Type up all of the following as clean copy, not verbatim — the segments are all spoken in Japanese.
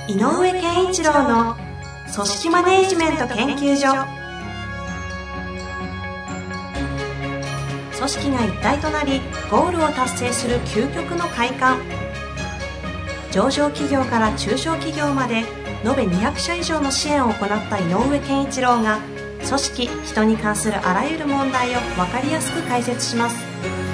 井上健一郎の組織マネジメント研究所。組織が一体となりゴールを達成する究極の快感。上場企業から中小企業まで延べ200社以上の支援を行った井上健一郎が、組織・人に関するあらゆる問題を分かりやすく解説します。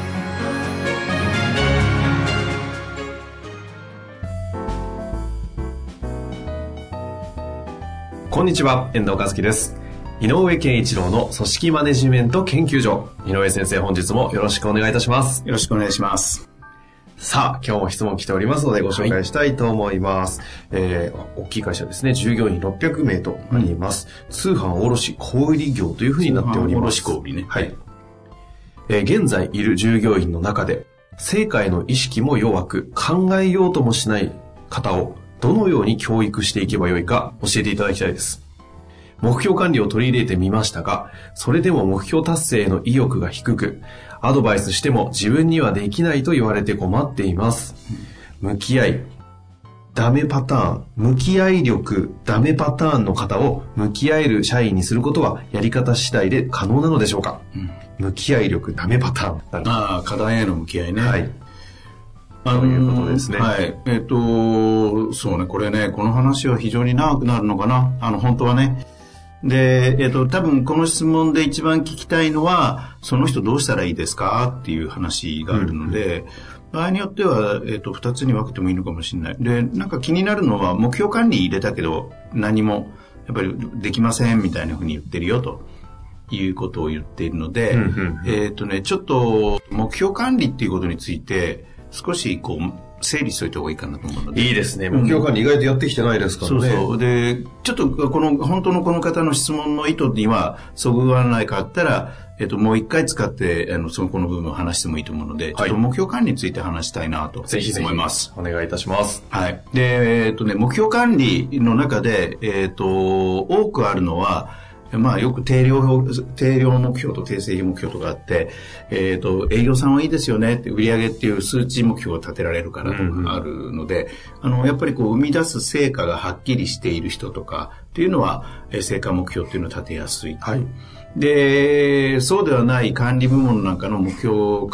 こんにちは、遠藤和樹です。井上健一郎の組織マネジメント研究所。井上先生、本日もよろしくお願いいたします。 よろしくお願いします。 さあ、今日も質問来ておりますのでご紹介したいと思います。大きい会社ですね。従業員600名とあります。通販卸小売業というふうになっております。 通販卸小売ね。 はい。現在いる従業員の中で、成果への意識も弱く、考えようともしない方をどのように教育していけばよいか教えていただきたいです。目標管理を取り入れてみましたが、それでも目標達成への意欲が低く、アドバイスしても自分にはできないと言われて困っています。向き合い、ダメパターン、向き合い力、ダメパターンの方を向き合える社員にすることはやり方次第で可能なのでしょうか。向き合い力、ダメパターン。 課題への向き合いね。 はい。ということですね。 はい。そうね、これね、この話は非常に長くなるのかな。本当はね。で、多分この質問で一番聞きたいのは、その人どうしたらいいですかっていう話があるので、場合によっては、二つに分けてもいいのかもしれない。で、なんか気になるのは、目標管理入れたけど、何も、やっぱりできませんみたいなふうに言ってるよということを言っているので、ちょっと、目標管理っていうことについて、少し整理しといた方がいいかなと思うので。 いいですね。目標管理意外とやってきてないですからね。 そう。で、ちょっと本当のこの方の質問の意図にはそぐわないかったら、もう一回使って、この部分を話してもいいと思うので、ちょっと目標管理について話したいなと思います。 ぜひぜひお願いいたします。 はい。で、目標管理の中で、多くあるのは、よく定量目標と定性目標とかあって、営業さんはいいですよねって、売上っていう数値目標を立てられるからとかあるので、やっぱり生み出す成果がはっきりしている人とかっていうのは、成果目標っていうのを立てやすい。 はい。 で、そうではない管理部門なんかの目標シ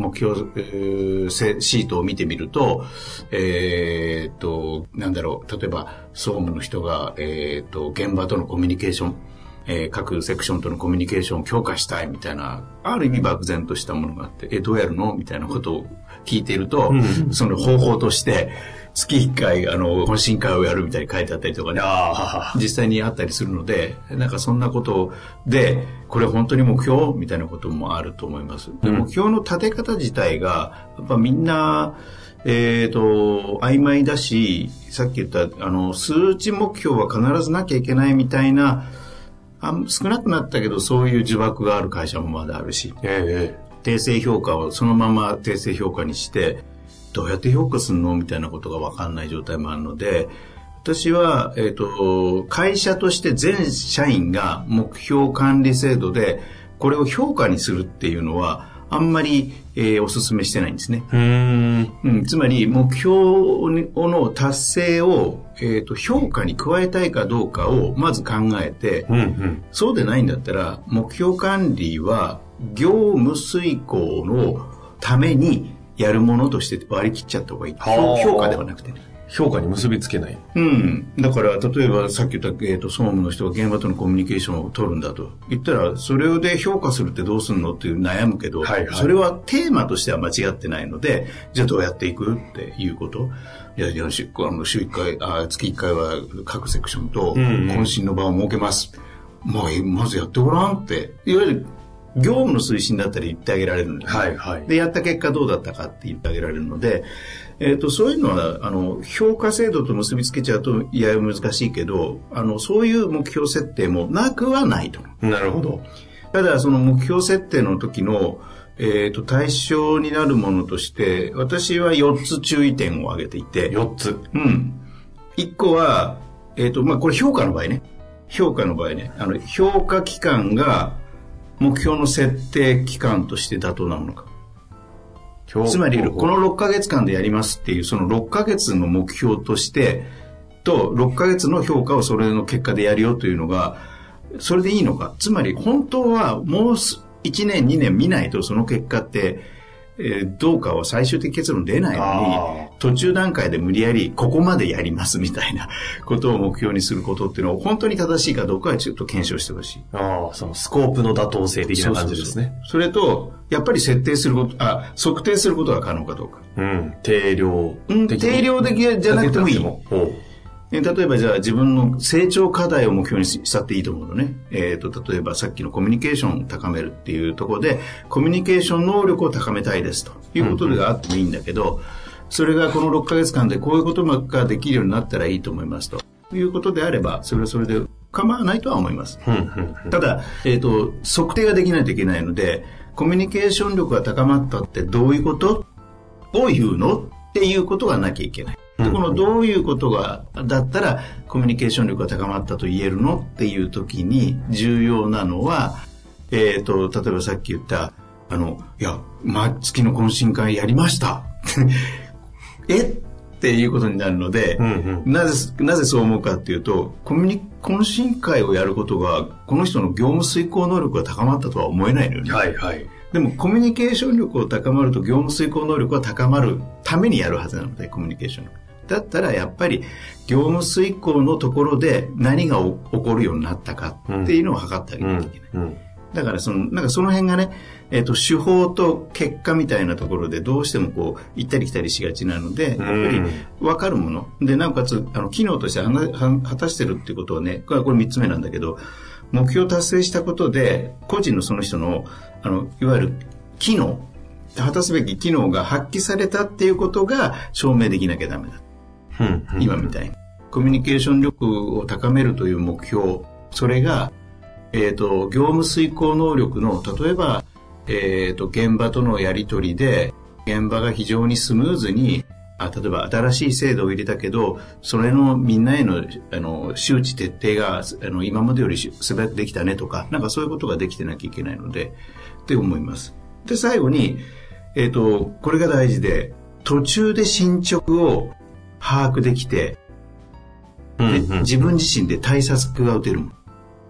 ートを見てみると、例えば、総務の人が、現場とのコミュニケーション、各セクションとのコミュニケーションを強化したいみたいな、ある意味漠然としたものがあって、どうやるのみたいなことを聞いていると、その方法として、月1回、懇親会をやるみたいに書いてあったりとかね、実際にあったりするので、なんかそんなことで、これ本当に目標みたいなこともあると思います。で、目標の立て方自体が、やっぱみんな、曖昧だし、さっき言った、数値目標は必ずなきゃいけないみたいな、少なくなったけどそういう呪縛がある会社もまだあるし、定性評価をそのまま定性評価にしてどうやって評価するのみたいなことが分かんない状態もあるので、私は、会社として全社員が目標管理制度でこれを評価にするっていうのはあんまり、お勧めしてないんですね。つまり目標の達成を、評価に加えたいかどうかをまず考えて、そうでないんだったら目標管理は業務遂行のためにやるものとして割り切っちゃった方がいい。評価ではなくてね。 評価に結びつけない。 だから、例えばさっき言った、総務の人が現場とのコミュニケーションを取るんだと言ったら、それで評価するってどうするのっていう悩むけど、それはテーマとしては間違ってないので、じゃあどうやっていくっていうこと。週1回、月1回は各セクションと懇親の場を設けます。まずやってごらんって、いわゆる業務の推進だったり言ってあげられるので、で、やった結果どうだったかって言ってあげられるので、そういうのは、評価制度と結びつけちゃうと、いや、難しいけど、そういう目標設定もなくはないと。 なるほど。 ただ、その目標設定の時の、対象になるものとして、私は4つ注意点を挙げていて。 4つ。 1個は、これ評価の場合ね。評価期間が目標の設定期間として妥当なものか。つまりこの6ヶ月間でやりますっていうその6ヶ月の目標としてと6ヶ月の評価をそれの結果でやるよというのが、それでいいのか。つまり本当はもう1年2年見ないとその結果って、どうかは最終的結論出ないのに、途中段階で無理やりここまでやりますみたいなことを目標にすることっていうのを本当に正しいかどうかはちょっと検証してほしい。 そのスコープの妥当性的な感じですね。 それと、やっぱり測定することが可能かどうか。 定量的。 定量的じゃなくてもいい。例えばじゃあ自分の成長課題を目標にしたっていいと思うのね。例えばさっきのコミュニケーションを高めるっていうところで、コミュニケーション能力を高めたいですということであってもいいんだけど、それがこの6ヶ月間でこういうことができるようになったらいいと思いますということであれば、それはそれで構わないとは思います。ただ、測定ができないといけないので、コミュニケーション力が高まったってどういうことを言うのっていうことがなきゃいけない。でこのどういうことがだったらコミュニケーション力が高まったと言えるのっていう時に重要なのは、例えばさっき言った月の懇親会やりましたっていうことになるので、なぜそう思うかっていうと、懇親会をやることがこの人の業務遂行能力が高まったとは思えないのよね。でもコミュニケーション力を高まると業務遂行能力が高まるためにやるはずなので、コミュニケーション力だったらやっぱり業務遂行のところで何が起こるようになったかっていうのを測ってあげなきゃいけない。だからその辺がね、手法と結果みたいなところでどうしてもこう行ったり来たりしがちなので、やっぱり分かるもので、なおかつ機能として果たしてるっていうことをね、これ3つ目なんだけど、目標達成したことで個人のその人のいわゆる機能、果たすべき機能が発揮されたっていうことが証明できなきゃダメだ。今みたいにコミュニケーション力を高めるという目標、それが、業務遂行能力の例えば、現場とのやり取りで現場が非常にスムーズに例えば新しい制度を入れたけど、それのみんなへの周知徹底が今までより素早くできたねとか、なんかそういうことができてなきゃいけないのでって思います。で最後に、これが大事で、途中で進捗を把握できて、で自分自身で対策が打てるもん。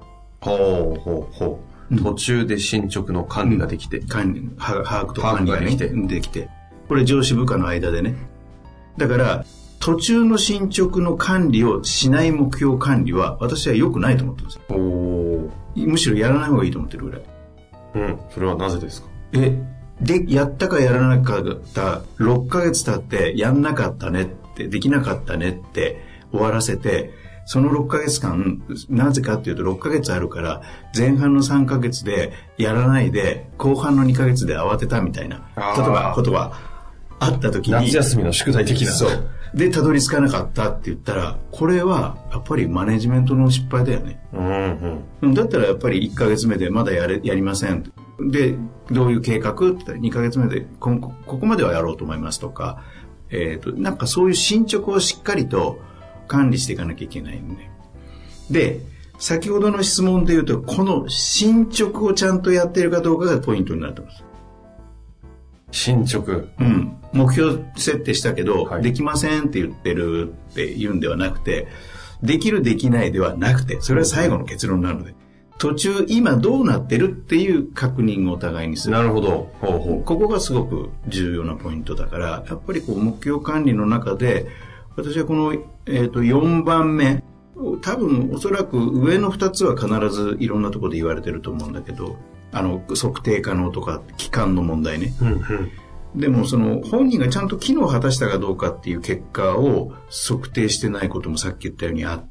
途中で進捗の管理ができて、 把握と管理が、できて、これ上司部下の間でね。だから途中の進捗の管理をしない目標管理は私は良くないと思ってます。むしろやらない方がいいと思ってるぐらい。 それはなぜですか？ でやったかやらなかった6ヶ月経ってやんなかったねってできなかったねって終わらせて、その6ヶ月間なぜかっていうと6ヶ月あるから前半の3ヶ月でやらないで後半の2ヶ月で慌てたみたいな例えばことがあった時に、 夏休みの宿題的な、 そうでたどり着かなかったって言ったら、これはやっぱりマネジメントの失敗だよね。だったらやっぱり1ヶ月目でまだやりませんで、どういう計画って言ったら2ヶ月目でここまではやろうと思いますとか、なんかそういう進捗をしっかりと管理していかなきゃいけないんで、先ほどの質問で言うと、この進捗をちゃんとやっているかどうかがポイントになると思います。 進捗、 目標設定したけど、できませんって言ってるって言うんではなくて、できるできないではなくて、それは最後の結論なので、途中今どうなってるっていう確認をお互いにする。 なるほど。 ここがすごく重要なポイントだから、やっぱりこう目標管理の中で、私はこの、4番目、多分おそらく上の2つは必ずいろんなところで言われてると思うんだけど、測定可能とか期間の問題ね。でもその本人がちゃんと機能を果たしたかどうかっていう結果を測定してないこともさっき言ったようにあって、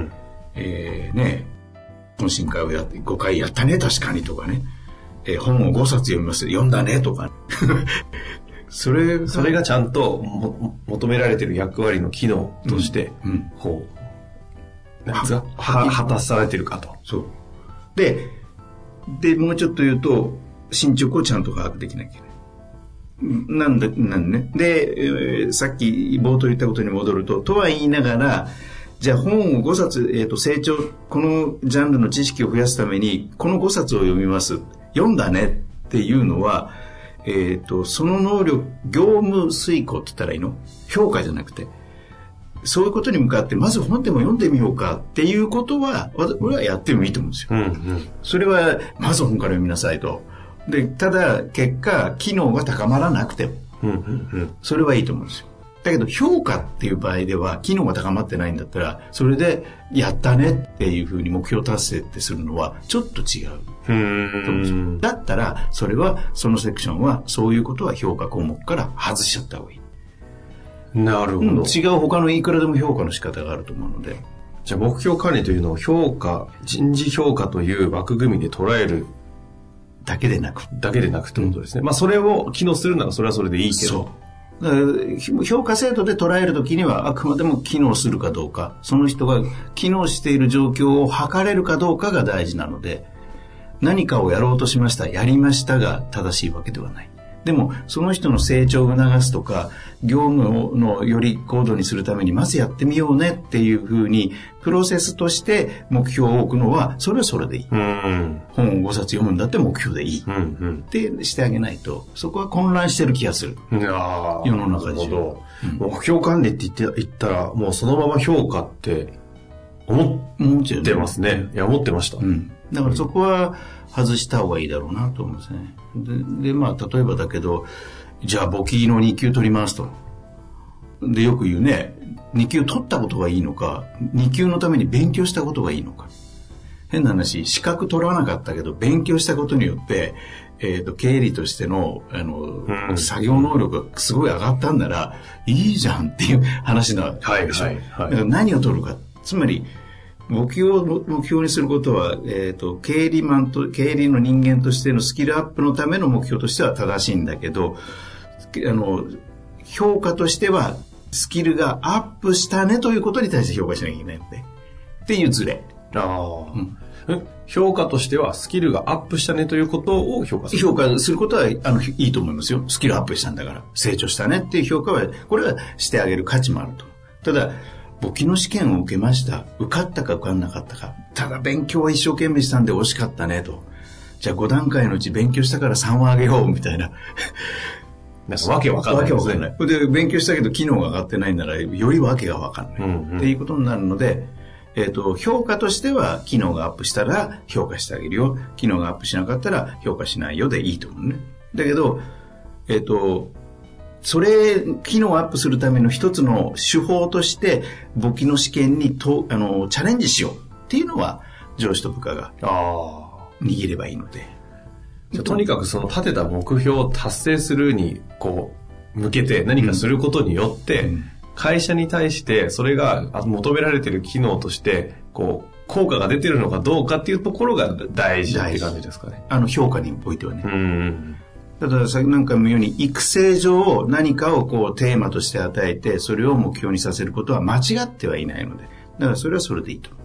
懇親会を5回やったね確かにとかね、本を5冊読みます読んだねとかそれがちゃんと求められている役割の機能として、果たされているかと。 そうでもうちょっと言うと、進捗をちゃんと把握できなきゃいけない。なんね。で、さっき冒頭言ったことに戻ると、とは言いながら、じゃあ本を5冊、成長、このジャンルの知識を増やすために、この5冊を読みます。読んだねっていうのは、その能力、業務遂行って言ったらいいの？評価じゃなくて、 そういうことに向かってまず本でも読んでみようかっていうことは俺はやってもいいと思うんですよ、 うんうん、 それはまず本から読みなさいと。でただ結果機能が高まらなくても、 うんうんうん、 それはいいと思うんですよ。だけど評価っていう場合では機能が高まってないんだったらそれでやったねっていうふうに目標達成ってするのはちょっと違うと思うんですよ。だったらそれはそのセクションはそういうことは評価項目から外しちゃった方がいい。 なるほど、 違う他のいくらでも評価の仕方があると思うので。 じゃあ目標管理というのを評価、人事評価という枠組みで捉えるだけでなくってことですね、まあそれを機能するならそれはそれでいいけど、 そうだから評価制度で捉えるときにはあくまでも機能するかどうか、その人が機能している状況を測れるかどうかが大事なので、何かをやろうとしました、やりましたが正しいわけではない。でもその人の成長を促すとか業務のより高度にするためにまずやってみようねっていうふうにプロセスとして目標を置くのはそれはそれでいい、うん、本を5冊読むんだって目標でいい、うんうん、ってしてあげないとそこは混乱してる気がする。世の中で、 目標管理って言ったらもうそのまま評価って思ってますね。いや思ってました、うん、 だからそこは外した方がいいだろうなと思うんですね。でまあ例えばだけどじゃあ簿記の2級取りますと。でよく言うね、2級取ったことがいいのか2級のために勉強したことがいいのか。変な話、資格取らなかったけど勉強したことによって経理としての作業能力がすごい上がったんならいいじゃんっていう話なわけでしょ、はいはいはい、だから何を取るか、つまり簿記を目標にすることは、経理の人間としてのスキルアップのための目標としては正しいんだけど、評価としてはスキルがアップしたねということに対して評価しなきゃいけないのでっていうズレ。 評価としてはスキルがアップしたねということを評価する。 評価することはいいと思いますよ。スキルアップしたんだから成長したねっていう評価はこれはしてあげる価値もあると。ただ簿記の試験を受けました。受かったか受かんなかったか。ただ勉強は一生懸命したんで惜しかったねと。じゃあ5段階のうち勉強したから3はあげようみたいな。 なんかわけわかんないですね。 で勉強したけど機能が上がってないならよりわけがわかんない、うんうん、っていうことになるので、評価としては機能がアップしたら評価してあげるよ。機能がアップしなかったら評価しないよでいいと思うね。だけど、それ機能アップするための一つの手法として簿記の試験にチャレンジしようっていうのは上司と部下が握ればいいので、 じゃとにかくその立てた目標を達成するにこう向けて何かすることによって、うん、会社に対してそれが求められている機能としてこう効果が出てるのかどうかっていうところが大事って感じですかね。 評価においてはね。たださっきなんかも言うように育成上何かをこうテーマとして与えてそれを目標にさせることは間違ってはいないので、だからそれはそれでいいと。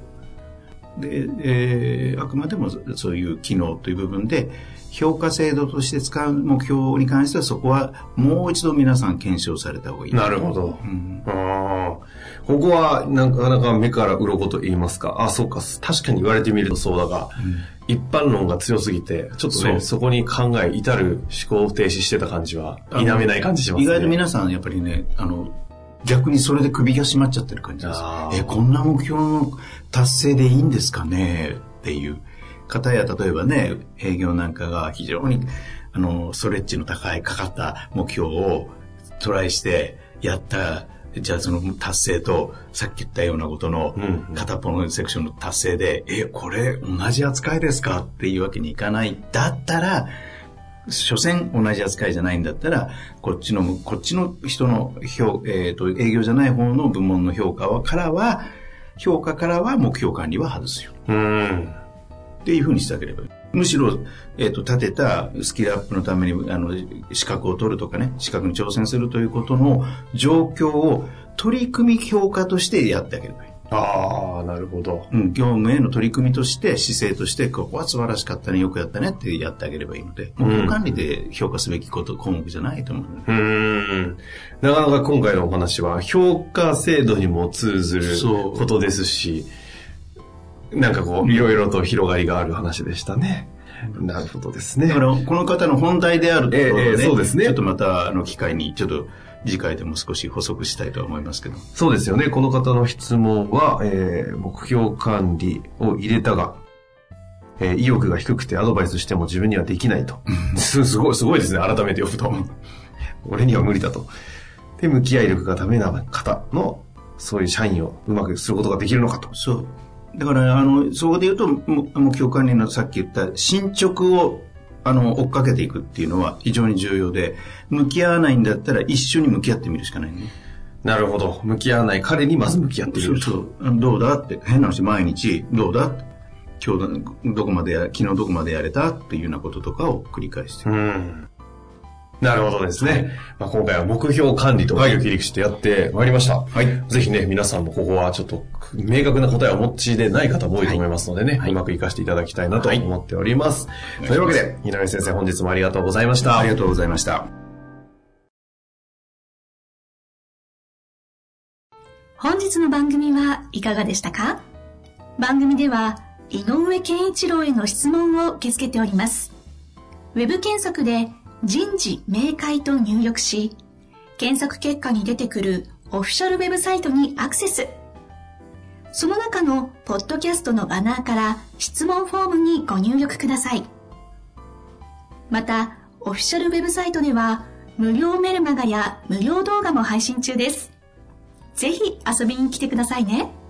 で、あくまでもそういう機能という部分で評価制度として使う目標に関してはそこはもう一度皆さん検証された方がいい。 なるほど、うん、ここはなかなか目から鱗と言いますか。そうか、確かに言われてみるとそうだが、一般論が強すぎてちょっとね そこに考え至る思考停止してた感じは否めない感じしますね。 意外と皆さんやっぱりね逆にそれで首が締まっちゃってる感じです。こんな目標の達成でいいんですかねっていう方や、例えばね営業なんかが非常にストレッチの高いかかった目標をトライしてやった、じゃあその達成とさっき言ったようなことの片っぽのセクションの達成で、これ同じ扱いですかっていうわけにいかない。だったら所詮同じ扱いじゃないんだったらこっちの人の営業じゃない方の部門の評価からは目標管理は外すよっていうふうにしてあげればいい。むしろ、立てたスキルアップのために資格を取るとかね、資格に挑戦するということの状況を取り組み評価としてやってあげればいい。 なるほど、 業務への取り組みとして姿勢としてここは素晴らしかったね、よくやったねってやってあげればいいので、目標管理で評価すべき項目じゃないと思う。 なかなか今回のお話は評価制度にも通ずることですし、なんかこういろいろと広がりがある話でしたね。 なるほどですね。 だから、この方の本題であるところをね、 そうですね。 ちょっとまた、機会に、ちょっと、次回でも少し補足したいと思いますけど。 そうですよね。この方の質問は、目標管理を入れたが、意欲が低くてアドバイスしても自分にはできないと。すごいですね。改めて読むと。俺には無理だと。で、向き合い力がダメな方の、そういう社員をうまくすることができるのかと。 そう。だから、そこで言うと、目標管理のさっき言った進捗を、追っかけていくっていうのは非常に重要で、向き合わないんだったら一緒に向き合ってみるしかないね。 なるほど。向き合わない彼にまず向き合ってみる。 そう。どうだって、変な話、毎日、どうだって、今日昨日どこまでやれたっていうようなこととかを繰り返してる。 なるほどですね。まあ、今回は目標管理とかを切り口でやってまいりました。はい。ぜひね、皆さんもここはちょっと明確な答えをお持ちでない方も多いと思いますのでね、うまく活かしていただきたいなと思っております。というわけで、井上先生本日もありがとうございました。 ありがとうございました。 本日の番組はいかがでしたか？番組では井上健一郎への質問を受け付けております。ウェブ検索で人事明快と入力し、検索結果に出てくるオフィシャルウェブサイトにアクセス。その中のポッドキャストのバナーから質問フォームにご入力ください。また、オフィシャルウェブサイトでは無料メルマガや無料動画も配信中です。ぜひ遊びに来てくださいね。